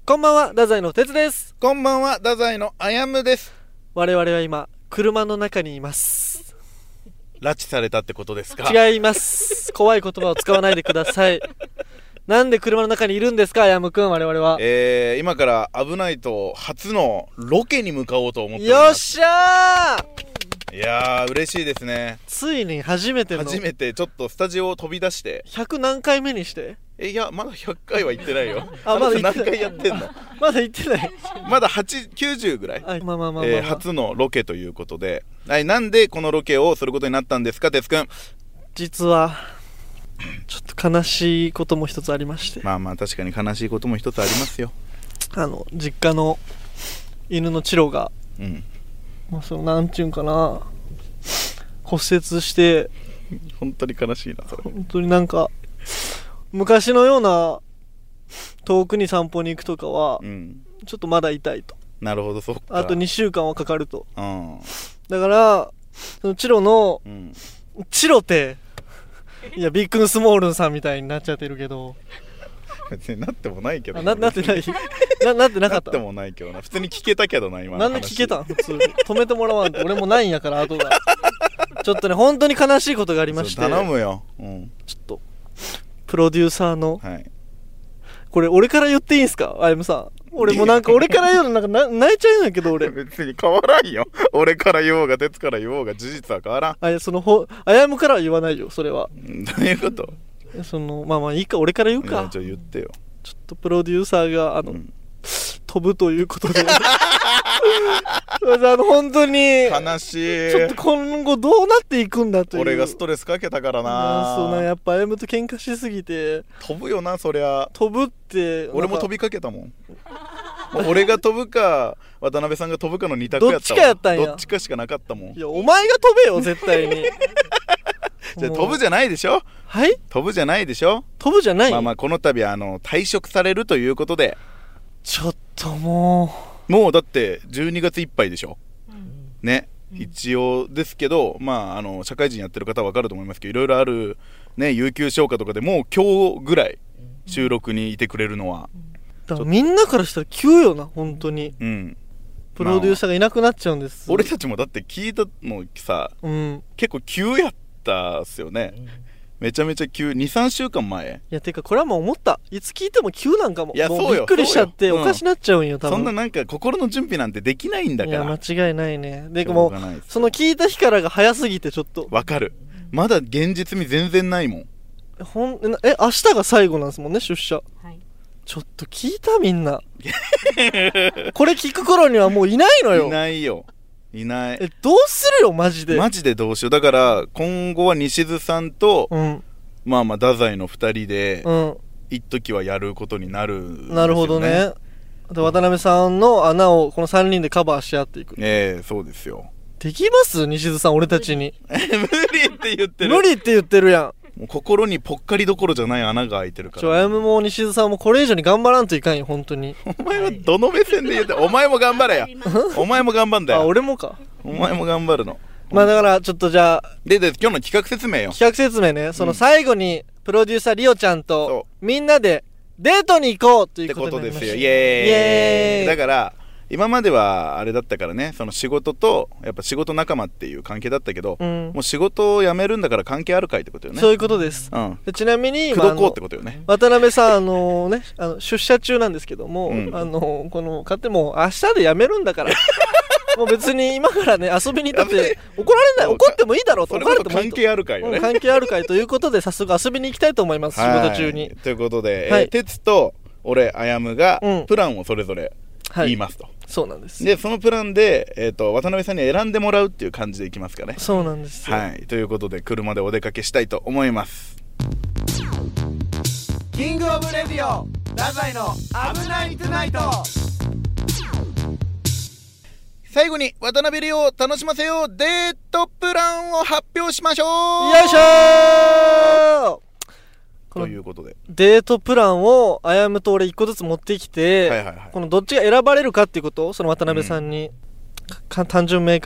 こんばんは、太宰の哲です。 こんばんは、太宰のあやむです。 我々は今車の中にいます。 拉致されたってことですか？ 違います。怖い言葉を使わないでください。なんで車の中にいるんですか、あやむくん。我々は今から危ないと初のロケに向かおうと思っておりよっます。 しゃいやー嬉しいですね。 ついに初めての初めてちょっとスタジオを飛び出して 100何回目にしていやまだ100回は行ってないよ。 あ、まだ行ってない。 何回やってんの？ まだ行ってない。 まだ90ぐらい、 まあ、 初のロケということで、なんでこのロケをすることになったんですか、哲くん。 実はちょっと悲しいことも一つありまして。 まあ確かに悲しいことも一つありますよ。 実家の犬のチロがもうそのなんちゅうんかな、骨折して本当に悲しいなそれ。 本当になんか昔のような遠くに散歩に行くとかはちょっとまだ痛いと。 なるほど、そっか。 あと2週間はかかると。 だからそのチロの、チロっていやビッグンスモールンさんみたいになっちゃってるけど別になってもないけど、 なってないなってなかった。 なってもないけどな。普通に聞けたけどな、今の話。 なんで聞けたん？普通に止めてもらわんと。俺もないんやから後がちょっとね本当に悲しいことがありまして。 頼むよ、 ちょっとプロデューサーの、 はい、 これ俺から言っていいんすか、あやむさん。俺もなんか俺から言うのなんか泣いちゃうんやけど俺別に変わらんよ。俺から言おうが哲から言おうが事実は変わらん。 あやむからは言わないよそれは。 どういうこと？ まあいいか、俺から言うか。 じゃあ言ってよ。 ちょっとプロデューサーが飛ぶということで本当に悲しい。 ちょっと今後どうなっていくんだという。 俺がストレスかけたからな。 そうな、やっぱあやむと喧嘩しすぎて飛ぶよなそりゃ。 飛ぶって俺も飛びかけたもん。俺が飛ぶか渡辺さんが飛ぶかの2択やったわ。 どっちかやったんや。 どっちかしかなかったもん。 いやお前が飛べよ絶対にじゃあ飛ぶじゃないでしょ。 はい、 飛ぶじゃないでしょ。 飛ぶじゃない。 まあこの度退職されるということで。 ちょっともうだって12月いっぱいでしょ、ね、一応ですけど、社会人やってる方は分かると思いますけど、いろいろあるね、有給消化とかでもう今日ぐらい収録にいてくれるのは、 だからみんなからしたら急よな本当に。プロデューサーがいなくなっちゃうんです。 俺たちもだって聞いたのさ、結構急やったっすよね。めちゃめちゃ急。 2,3 週間前。 いやてかこれはもう思った。いつ聞いても急なんかも。 いやそうよ。 もうびっくりしちゃっておかしなっちゃうんよ多分。 そんななんか心の準備なんてできないんだから。 いや間違いないね。でもその聞いた日からが早すぎてちょっとわかる。まだ現実味全然ないもん。 明日が最後なんですもんね、出社。ちょっと聞いたみんなこれ聞く頃にはもういないのよ。 いないよ、いない。 どうするよマジで。 マジでどうしよう。だから今後は西津さんと、太宰の2人で、一時はやることになるんですよね。なるほどね。 で渡辺さんの穴をこの3人でカバーし合っていく。 そうですよ。 できます西津さん、俺たちに。 無理って言ってる。 無理って言ってるやん。 もう心にぽっかりどころじゃない穴が開いてるから。 あやむも西津さんもこれ以上に頑張らんといかんよ本当に。 お前はどの目線で言ってお前も頑張れやお前も頑張んだよ。 俺もか。 お前も頑張るの。 だからちょっとじゃあで今日の企画説明よ。 企画説明ね。その最後にプロデューサーリオちゃんとみんなでデートに行こうということになりました。 ってことですよ。イエーイ。だから今まではあれだったからね、その仕事とやっぱ仕事仲間っていう関係だったけど、もう仕事を辞めるんだから関係あるかいってことよね。 そういうことです。でちなみに口説こうってことよね。 渡辺さん出社中なんですけども、この勝手もう明日で辞めるんだからもう別に今からね遊びに行ったって怒られない。怒ってもいいだろうと。 それこそ関係あるかいよね。 関係あるかいということで早速遊びに行きたいと思います。仕事中に。 ということで哲と俺あやむがプランをそれぞれ言いますと。 そうなんです。 でそのプランで、渡辺さんに選んでもらうっていう感じでいきますかね。 そうなんです。 ということで車でお出かけしたいと思います。 キングオブレディオ太宰の危ないトゥナイト。 最後に渡辺リオを楽しませようデートプランを発表しましょう。 よいしょー。ということでデートプランをあやむと俺1個ずつ持ってきて、このどっちが選ばれるかっていうことをその渡辺さんに、単純明快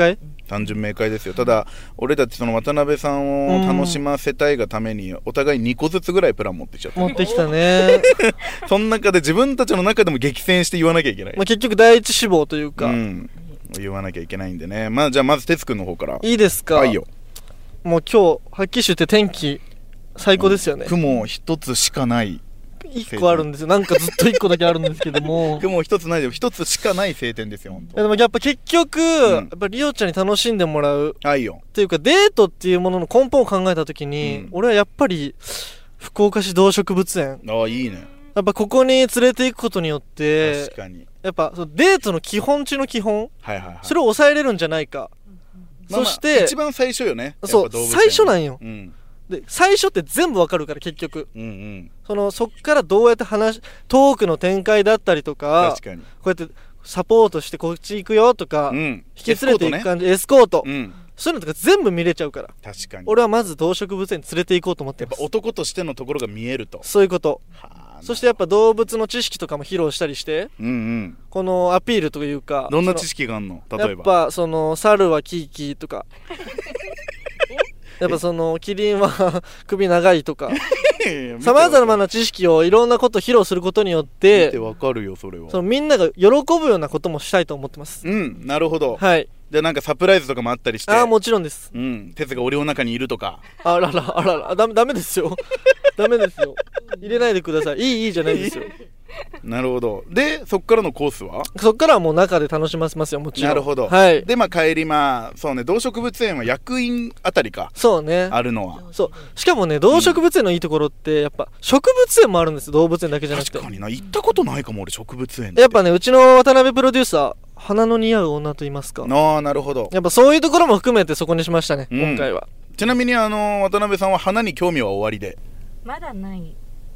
単純明快ですよ。ただ俺たちその渡辺さんを楽しませたいがためにお互い2個ずつぐらいプラン持ってきちゃった。 持ってきたねその中で自分たちの中でも激戦して言わなきゃいけない、 まあ結局第一志望というか、 言わなきゃいけないんでね。まあじゃあまず哲くんの方からいいですか。 はいよ。 もう今日はっきり言って天気最高ですよね。 雲一つしかない。 1個あるんですよ。なんかずっと1個だけあるんですけども雲一つないで一つしかない晴天ですよ。本当。 でもやっぱ結局、やっぱリオちゃんに楽しんでもらうはいよっていうか、デートっていうものの根本を考えた時に、俺はやっぱり福岡市動植物園、 いいね。 やっぱここに連れて行くことによって確かにやっぱそのデートの基本中の基本、それを抑えれるんじゃないか、そして、 一番最初よね。 そう最初なんよ、で最初って全部わかるから結局、そっからどうやってトークの展開だったりとか、 確かにこうやってサポートしてこっち行くよとか、引き連れていく感じ、エスコート、そういうのとか全部見れちゃうから。 確かに俺はまず動植物園に連れて行こうと思ってます。 やっぱ男としてのところが見えると。 そういうこと。そしてやっぱ動物の知識とかも披露したりして、このアピールというか。 どんな知識があるの？例えばやっぱその猿はキーキーとかやっぱそのキリンは首長いとかさまざまな知識をいろんなことを披露することによって見てわかるよ。それはそのみんなが喜ぶようなこともしたいと思ってます。 なるほど。 はい。 じゃあなんかサプライズとかもあったりして。 もちろんです。 哲が俺の中にいるとか。 あららダメですよダメですよ、入れないでください。いいじゃないですよなるほど。でそっからのコースは？ そっからはもう中で楽しませますよ、もちろん。 なるほど。 はい。 で帰りそうね、動植物園は役員あたりか。 そうね。 あるのは。 そうしかもね、動植物園のいいところってやっぱ植物園もあるんです。動物園だけじゃなくて。 確かにな、行ったことないかも俺植物園って。 やっぱね、うちの渡辺プロデューサー、花の似合う女と言いますか。 なるほど。 やっぱそういうところも含めてそこにしましたね、今回は。 ちなみに渡辺さんは花に興味は終わりで？ まだない。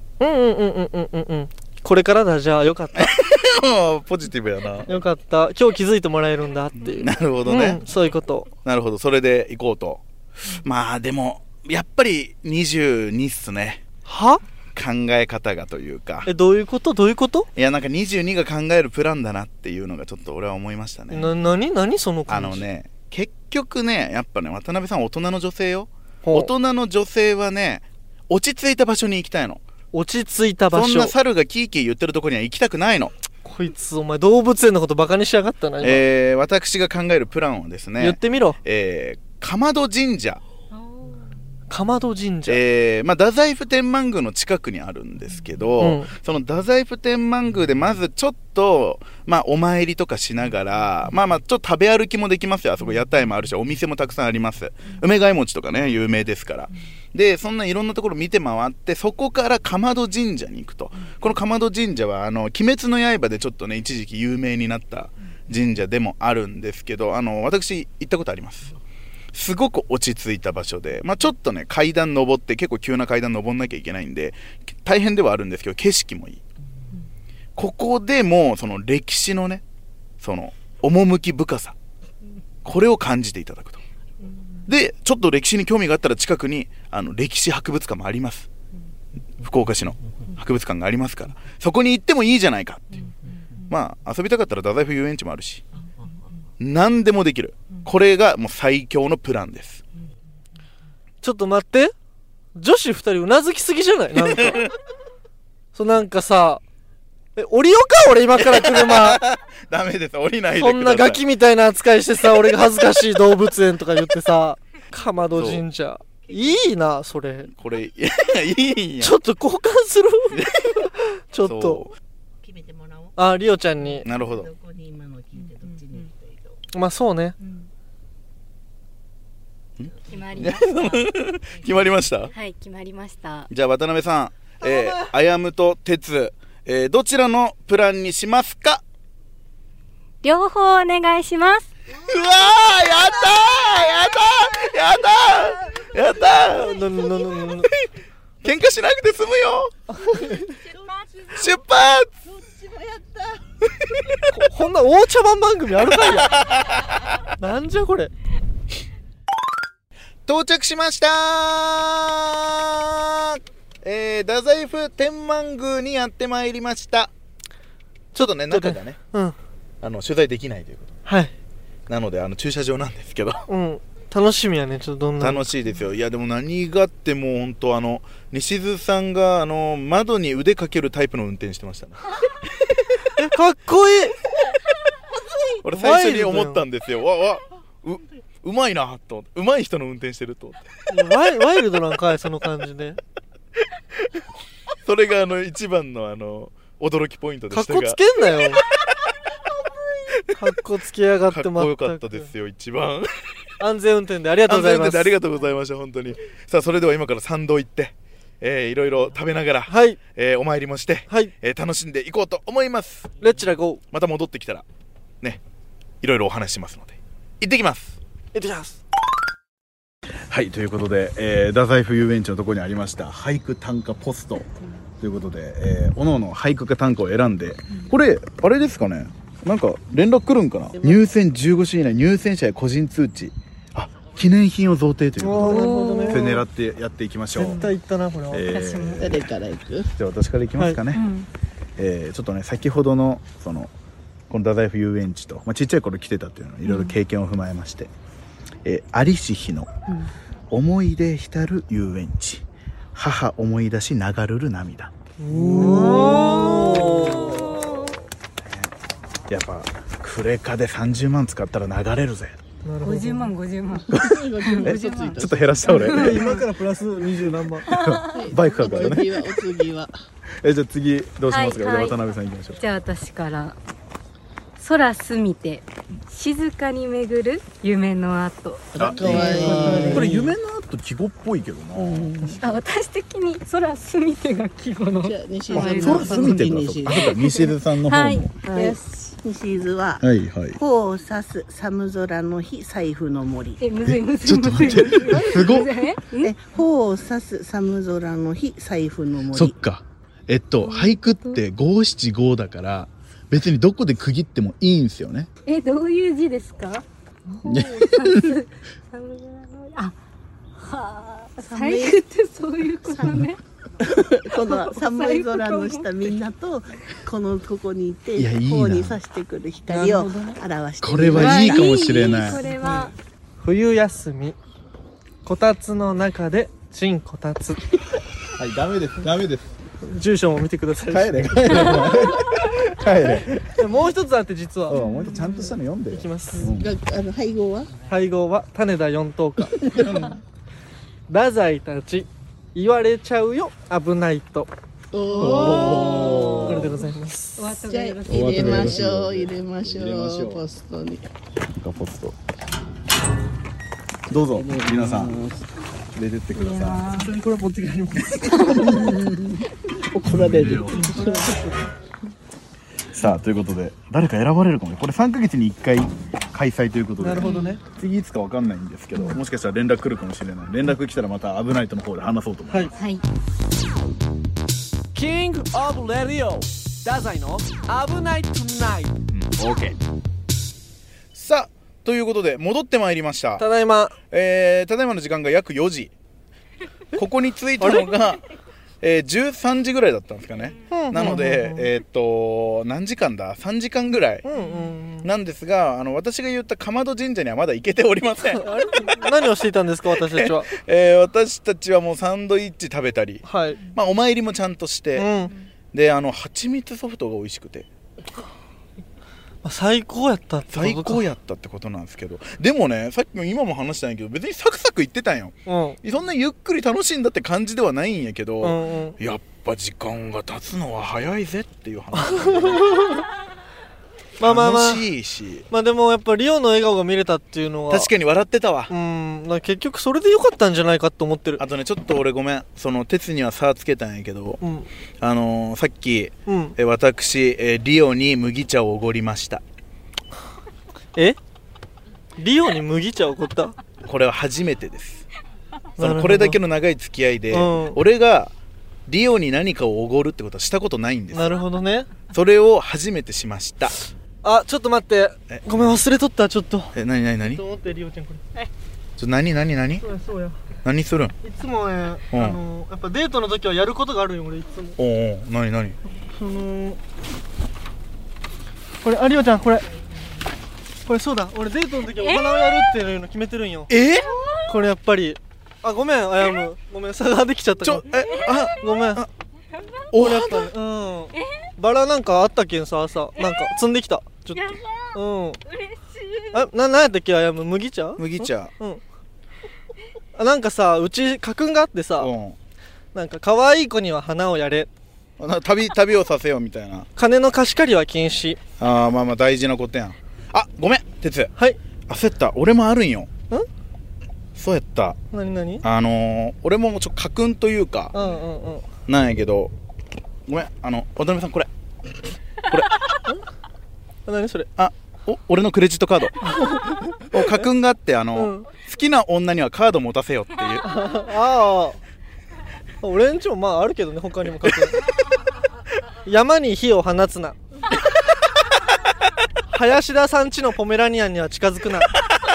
これからだ。じゃあよかったポジティブやな。 よかった、今日気づいてもらえるんだっていう。 なるほどね、 そういうこと。 なるほど。それで行こうと。まあでもやっぱり22っすね。 は？ 考え方がというか。 どういうこと？いやなんか22が考えるプランだなっていうのがちょっと俺は思いましたね。 何その感じ。 結局ね、やっぱね、渡辺さん大人の女性よ。大人の女性はね、落ち着いた場所に行きたいの。 落ち着いた場所。 そんな猿がキーキー言ってるところには行きたくないの。 こいつお前動物園のことバカにしやがったな今。 私が考えるプランはですね、 言ってみろ。 かまど神社。 かまど神社、 太宰府天満宮の近くにあるんですけど、その太宰府天満宮でまずちょっとお参りとかしながら、ちょっと食べ歩きもできますよ。あそこ屋台もあるしお店もたくさんあります。梅貝餅とかね有名ですから。でそんないろんなところ見て回って、そこからかまど神社に行くと。このかまど神社は鬼滅の刃でちょっとね一時期有名になった神社でもあるんですけど、私行ったことあります。すごく落ち着いた場所で、ちょっとね階段登って、結構急な階段登んなきゃいけないんで大変ではあるんですけど、景色もいい。ここでもうその歴史のね、その趣深さ、これを感じていただくと。でちょっと歴史に興味があったら近くに歴史博物館もあります。福岡市の博物館がありますから、そこに行ってもいいじゃないかっていう。遊びたかったら太宰府遊園地もあるし、何でもできる。これがもう最強のプランです。 ちょっと待って、女子2人うなずきすぎじゃない？なんかなんかさ、降りようか俺今から車ダメです、降りないでください。 そんなガキみたいな扱いしてさ、俺が恥ずかしい動物園とか言ってさかまど神社いいな。それこれいいや。 ちょっと交換するちょっと決めてもらおう。 リオちゃんに。 なるほど。 どこに今の聞いてどっちに行きたいか。そうね、 決まりました決まりました。 はい、決まりました。 じゃあ渡辺さん、あやむとてつ、どちらのプランにしますか？ 両方お願いします。 うわー、やったーやったー喧嘩しなくて済むよ出発こんな大茶番番組あるかいやなんじゃこれ。 到着しましたー。太宰府天満宮にやってまいりました。ちょっとね中がね、取材できないということ。 はい。 なので駐車場なんですけど楽しみやね。ちょっとどんな楽しいですよ。いやでも何があっても本当西津さんが窓に腕かけるタイプの運転してましたねかっこいい俺最初に思ったんですよ。うまいなと思って、うまい人の運転してると思ってワイルドなんかい、その感じでそれが一番の驚きポイントでしたが、 かっこつけんなよかっこつけやがって。 かっこよかったですよ。一番安全運転でありがとうございます。 安全運転でありがとうございました。本当に。さあそれでは今から参道行っていろいろ食べながら、 はいお参りもして、 はい、 楽しんでいこうと思います。 レッチラゴー。 また戻ってきたらね、いろいろお話しますので行ってきます。 行ってきます。 はい、ということで、太宰府遊園地のところにありました俳句短歌ポストということで、おのおの俳句か短歌を選んで、これあれですかね、なんか連絡来るんかな。入選15種以内入選者や個人通知、記念品を贈呈ということで、それ狙ってやっていきましょう。 絶対行ったなこれは。 誰から行く？ じゃあ私から行きますかね。ちょっとね、先ほどのこの太宰府遊園地と、ちっちゃい頃来てたっていうのをいろいろ経験を踏まえまして、有志日の思い出浸る遊園地、母思い出し流るる涙。やっぱクレカで30万使ったら流れるぜ。 50万50万ちょっと減らした俺今からプラス20何万バイク買うからね。 お次はじゃあ次どうしますか。 はいはい、 じゃあ渡辺さん行きましょう。 じゃあ私から空すみて静かに巡る夢の跡。 かわいい。 これ夢の跡季語っぽいけどな。 私的に空すみてが季語の。 じゃあ西空すみてが西津さんの方の。 はい、 よし。西津ははいはい。 頬を刺す寒空の日財布の森。 むずいむずい。 ちょっと待って、すごっ。 頬を刺す寒空の日財布の森。 そっか。俳句って五七五だから別にどこで区切ってもいいんすよね。 どういう字ですか？あ、はあ、財布ってそういうことね。 この寒い空の下みんなとここにいて頬に差してくる光を表してこれはいいかもしれない。 これは冬休みこたつの中でチンこたつ。 はい、ダメですダメです。 住所も見てください。 帰れ帰れ帰れ。 もう一つあって実はもう一つちゃんとしたの読んでいきます。 配合は種田4等間。太宰たち言われちゃうよ危ないと。これでございます。 じゃあ入れましょうポストに。 ポストどうぞ皆さん入れてってください。 これ持って帰ります。 怒られる。 さあということで誰か選ばれるかもね。これ3ヶ月に1回開催ということで、 なるほどね。 次いつか分かんないんですけど、もしかしたら連絡来るかもしれない。連絡来たらまた危ないとの方で話そうと思います。 はい。 キングオブレディオ太宰の危ないトゥナイト。 OK。さあということで戻ってまいりました。 ただいま。 ただいまの時間が約4時。ここに着いたのが13時ぐらいだったんですかね。なので何時間だ3時間ぐらいなんですが、私が言った竈門神社にはまだ行けておりません。 何をしていたんですか私たちは。 私たちはもうサンドイッチ食べたり、 はい、 お参りもちゃんとして、で蜂蜜ソフトが美味しくて最高やったってことか。 最高やったってことなんですけど、でもねさっきも今も話したんやけど別にサクサクいってたんよ。そんなゆっくり楽しんだって感じではないんやけど、やっぱ時間が経つのは早いぜっていう話。楽しいし、 でもやっぱリオの笑顔が見れたっていうのは確かに笑ってたわ。 結局それで良かったんじゃないかと思ってる。 あとねちょっと俺ごめん、その鉄には差つけたんやけど、さっき、私、リオに麦茶をおごりました。 リオに麦茶をおごった？ これは初めてです。これだけの長い付き合いで、俺がリオに何かをおごるってことはしたことないんです。 なるほどね。 それを初めてしました。 あ、ちょっと待って、ごめん忘れとった。ちょっと何と思ってリオちゃんこれ何そうや何するん？ いつもね、やっぱデートの時はやることがあるよ俺いつも。 何これリオちゃんこれこれそうだ、俺デートの時お花をやるっていうの決めてるんよ。これやっぱり、あ、ごめん、あやむ、ごめん、差ができちゃったから。ごめん。お、やっぱね、うん。バラなんかあったけんさ、朝なんか摘んできた。ちょっと。うん。嬉しい。なんやったっけ、あやむ、麦茶？ 麦茶。 うん。あ、なんかさ、うち家訓があってさ、なんか可愛い子には花をやれ。 旅をさせようみたいな。 金の貸し借りは禁止。 ああ、まあまあ大事なことやん。あ、ごめん、哲。 はい。 焦った。俺もあるんよ。そうやった。 何？ 俺も家訓というか、なんやけど、ごめん、渡辺さんこれ。 何それ？ あ、俺のクレジットカード。家訓があって、好きな女にはカード持たせよっていう。 ああ。俺んちもまああるけどね、他にも家訓。山に火を放つな。林田さんちのポメラニアンには近づくな。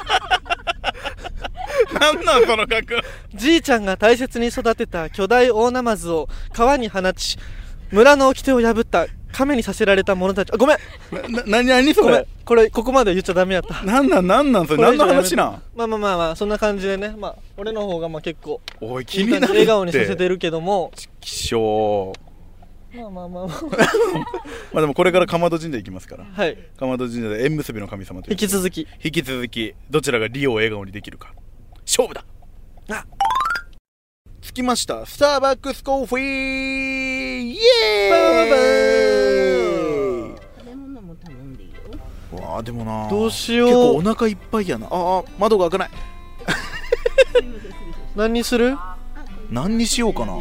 なんなんその家訓。 じいちゃんが大切に育てた巨大大ナマズを川に放ち、村の掟を破った亀にさせられた者たち。あ、ごめん。 何それ。 これここまで言っちゃダメやった。 なんそれ。何の話なん。 まあそんな感じでね。まあ俺の方がまあ結構おい気になるって笑顔にさせてるけども。 気象。まあでもこれから竈門神社行きますから。 はい。 竈門神社で縁結びの神様という。 引き続きどちらがリオを笑顔にできるか勝負だ。着きました。スターバックスコーヒー。イエーイ。 食べ物も頼んでいいよ。 わあでもな。 どうしよう。 結構お腹いっぱいやな。窓が開かない。 何にする？ 何にしようかな。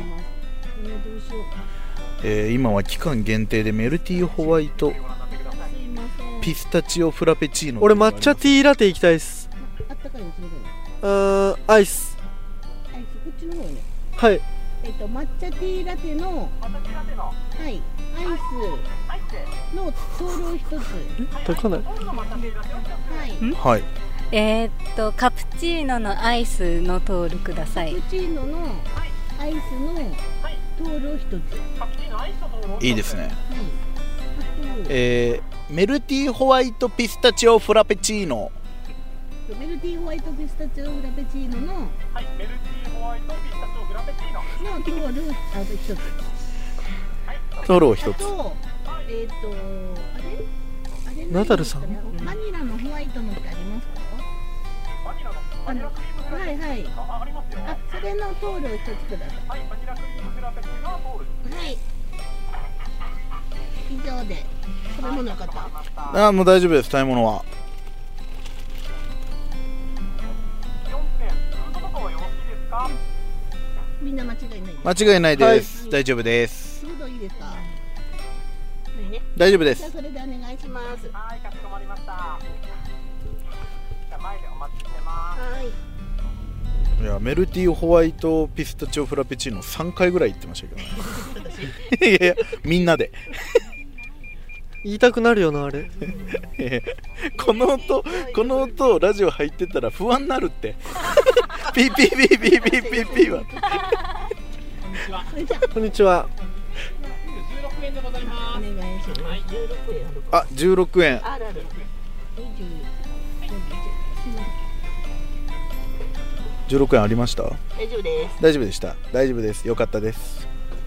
今は期間限定でメルティーホワイトピスタチオフラペチーノ。 俺抹茶ティーラテ行きたいです。 あったかいのそれぞれ。 アイス。 こっちの方ね。 はい。 抹茶ティーラテの、はい、アイスの糖量一つ。 高ない？ はい。 カプチーノのアイスのトールください。 カプチーノのアイスの糖量一つ。 いいですね。メルティーホワイトピスタチオフラペチーノ。 メルティーホワイトピスタチオフラペチーノの、はい、メルティーホワイトピスタチオフラペチーノのトール一つ。 トールを一つ。 あれナダルさん。 バニラのホワイトのってありますか？バニラクリームフラペチーノ。はい。ありますよ。それのトールを一つください。はい、バニラクリームフラペチーノのトール。はい。以上で食べ物よかった。 もう大丈夫です。食べ物は。 みんな間違いない。 間違いないです。大丈夫です。 フードいいですか？ 大丈夫です。 じゃあそれでお願いします。はい、かしこまりました。じゃあ前でお待ちしてます。はい。 いやメルティーホワイトピスタチオフラペチーノ3回ぐらい言ってましたけどね。いやみんなで言いたくなるよなあれ。 この音ラジオ入ってたら不安になるって。ピーピーピーピーピーピーピーは。 こんにちは。 16円でございます。お願いします。 あ、16円。16円ありました？ 大丈夫です。 大丈夫でした。大丈夫です。よかったです。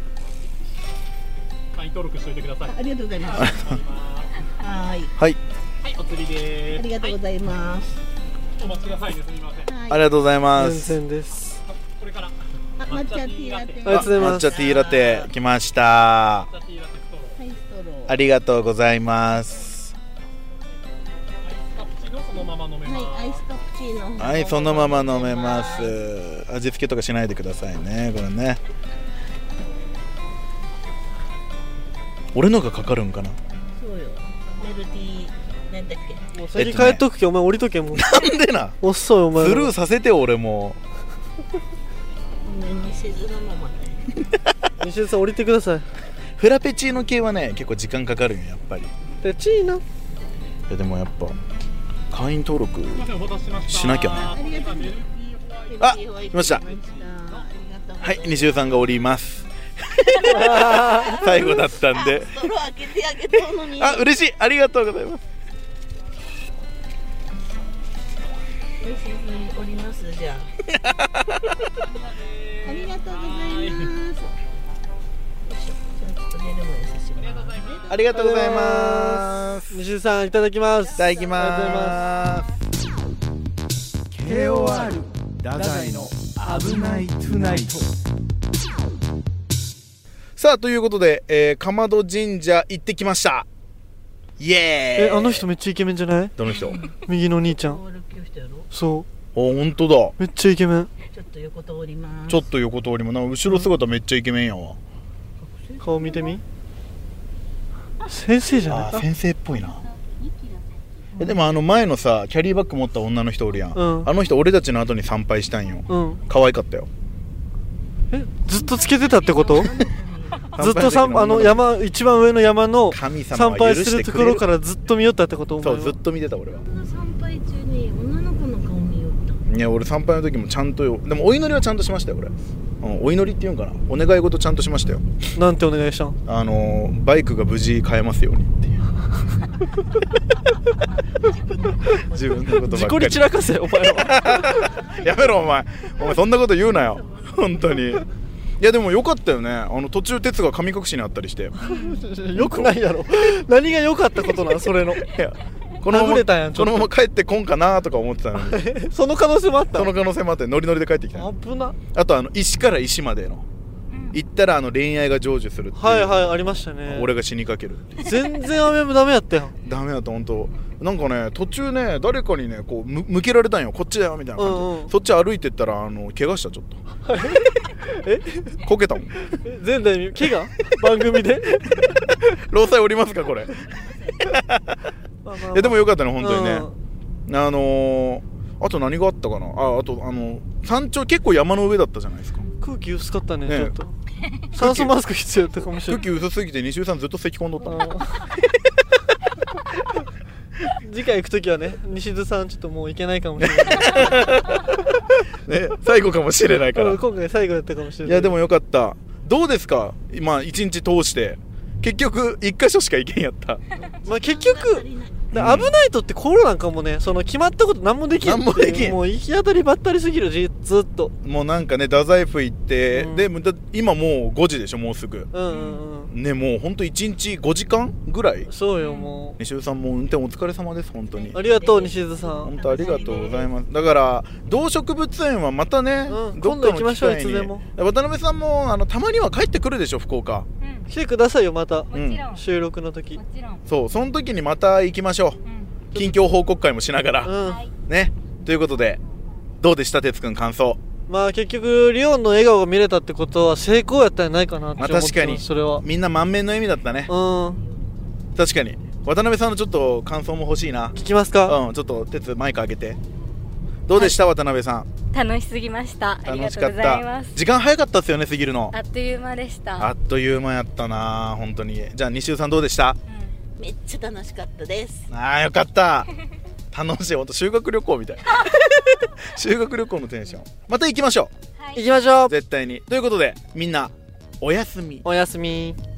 会員登録しておいてください。 ありがとうございます。はい。 はい、お釣りです。 ありがとうございます。 お待ちくださいね。すみません。 ありがとうございます。 全然です。 これから抹茶ティーラテ。 ありがとうございます。 抹茶ティーラテ来ました。ありがとうございます。 アイスカプチーノ。 はい、そのまま飲めます。味付けとかしないでくださいね。これね。俺のがかかるんかな。 そうよ。メルティーなんだっけ。 もう先帰っとくけ、お前降りとけもう。 なんでな。 遅いお前。 スルーさせて俺も。 西津のままね。 西津さん降りてください。 フラペチーノ系はね結構時間かかるんよやっぱり。 ペチーノ。いやでもやっぱ会員登録しなきゃね。あ、来ました。はい、西尾さんが降ります。最後だったんで。あ、嬉しい。ありがとうございます。 美味しいおりますじゃあ。ありがとうございます。よいしょ。ちょっと寝る前にさせてもらいます。 ありがとうございます。 西津さんいただきます。 いただきまありがとうございます。 KOR 太宰の危ないトゥナイト。 さあということで、竈門神社行ってきました。イエーイ。 あの人めっちゃイケメンじゃない？ どの人？ 右の兄ちゃん。そお、本当だ。 うめっちゃイケメン。 ちょっと横通ります。 ちょっと横通りもなんか後ろ姿めっちゃイケメンやわ。 顔見てみ。先生じゃない？ あ、先生っぽいな。でも前のさキャリーバッグ持った女の人おるやん、 うん、 あの人俺たちの後に参拝したんよ、うん、可愛かったよ。 ずっとつけてたってこと？ずっと山一番上の山の参拝するところからずっと見よったってこと？ そう、ずっと見てた俺は。 参拝中に女の子の顔見よった。 いや俺参拝の時もちゃんとよ。でもお祈りはちゃんとしましたよ俺、お祈りっていうんかな、お願い事ちゃんとしましたよ。 なんてお願いしたん？ バイクが無事買えますようにっていう自分のことばっかり自己に散らかせお前はやめろお前そんなこと言うなよ本当に。いやでもよかったよね。途中鉄が神隠しにあったりしてよくないやろ何が良かったことなんそれの。いやこのまま帰ってこんかなとか思ってたのにその可能性もあった。 その可能性もあってノリノリで帰ってきた。 危な。 あと石から石までの行ったら恋愛が成就するっていう。 はいはいありましたね。 俺が死にかけるっていう。 全然雨もダメやったよ。 ダメだった本当。なんかね途中ね誰かにねこう向けられたんよ、こっちだよみたいな感じ、うんうん、そっち歩いてったら怪我した。ちょっとこけたもん。 前代に怪我番組で労災おりますかこれいやでもよかったね本当にね、あと何があったかなあと山頂結構山の上だったじゃないですか。 空気薄かったねちょっと酸素マスク必要だったかもしれない。 空気薄すぎて西尾さんずっと咳込んどった次回行くときはね西津さんちょっともう行けないかもしれないね、最後かもしれないから今回最後だったかもしれない。 いやでもよかった。どうですかまあ一日通して結局一箇所しか行けんやったまあ結局危ないとってコロナかもね。その決まったこと何もできんってもう行き当たりばったりすぎるずっと。 もうなんかね太宰府行って、うん、で今もう5時でしょもうすぐ、ねもうほんと1日5時間ぐらい。 そうよもう西尾さんも運転お疲れ様です本当に。 ありがとう西津さん本当ありがとうございます。だから動植物園はまたね、 今度行きましょう。いつでも渡辺さんもたまには帰ってくるでしょ福岡、 来てくださいよまた、収録の時。 そうその時にまた行きましょう、近況報告会もしながら、ねということでどうでした哲くん感想。 まあ結局リオンの笑顔が見れたってことは成功やったんじゃないかなって思ってます。 確かにそれはみんな満面の笑みだったね。確かに渡辺さんのちょっと感想も欲しいな。 聞きますか。 ちょっと哲マイク上げて。どうでした、渡辺さん。 楽しすぎました。ありがとうございます。 時間早かったですよね過ぎるの。 あっという間でした。 あっという間やったな本当に。じゃあ西尾さんどうでした。 めっちゃ楽しかったです。 よかった楽しい。本当修学旅行みたい修学旅行のテンション。また行きましょう、 行きましょう絶対に。ということでみんなおやすみ。 おやすみ。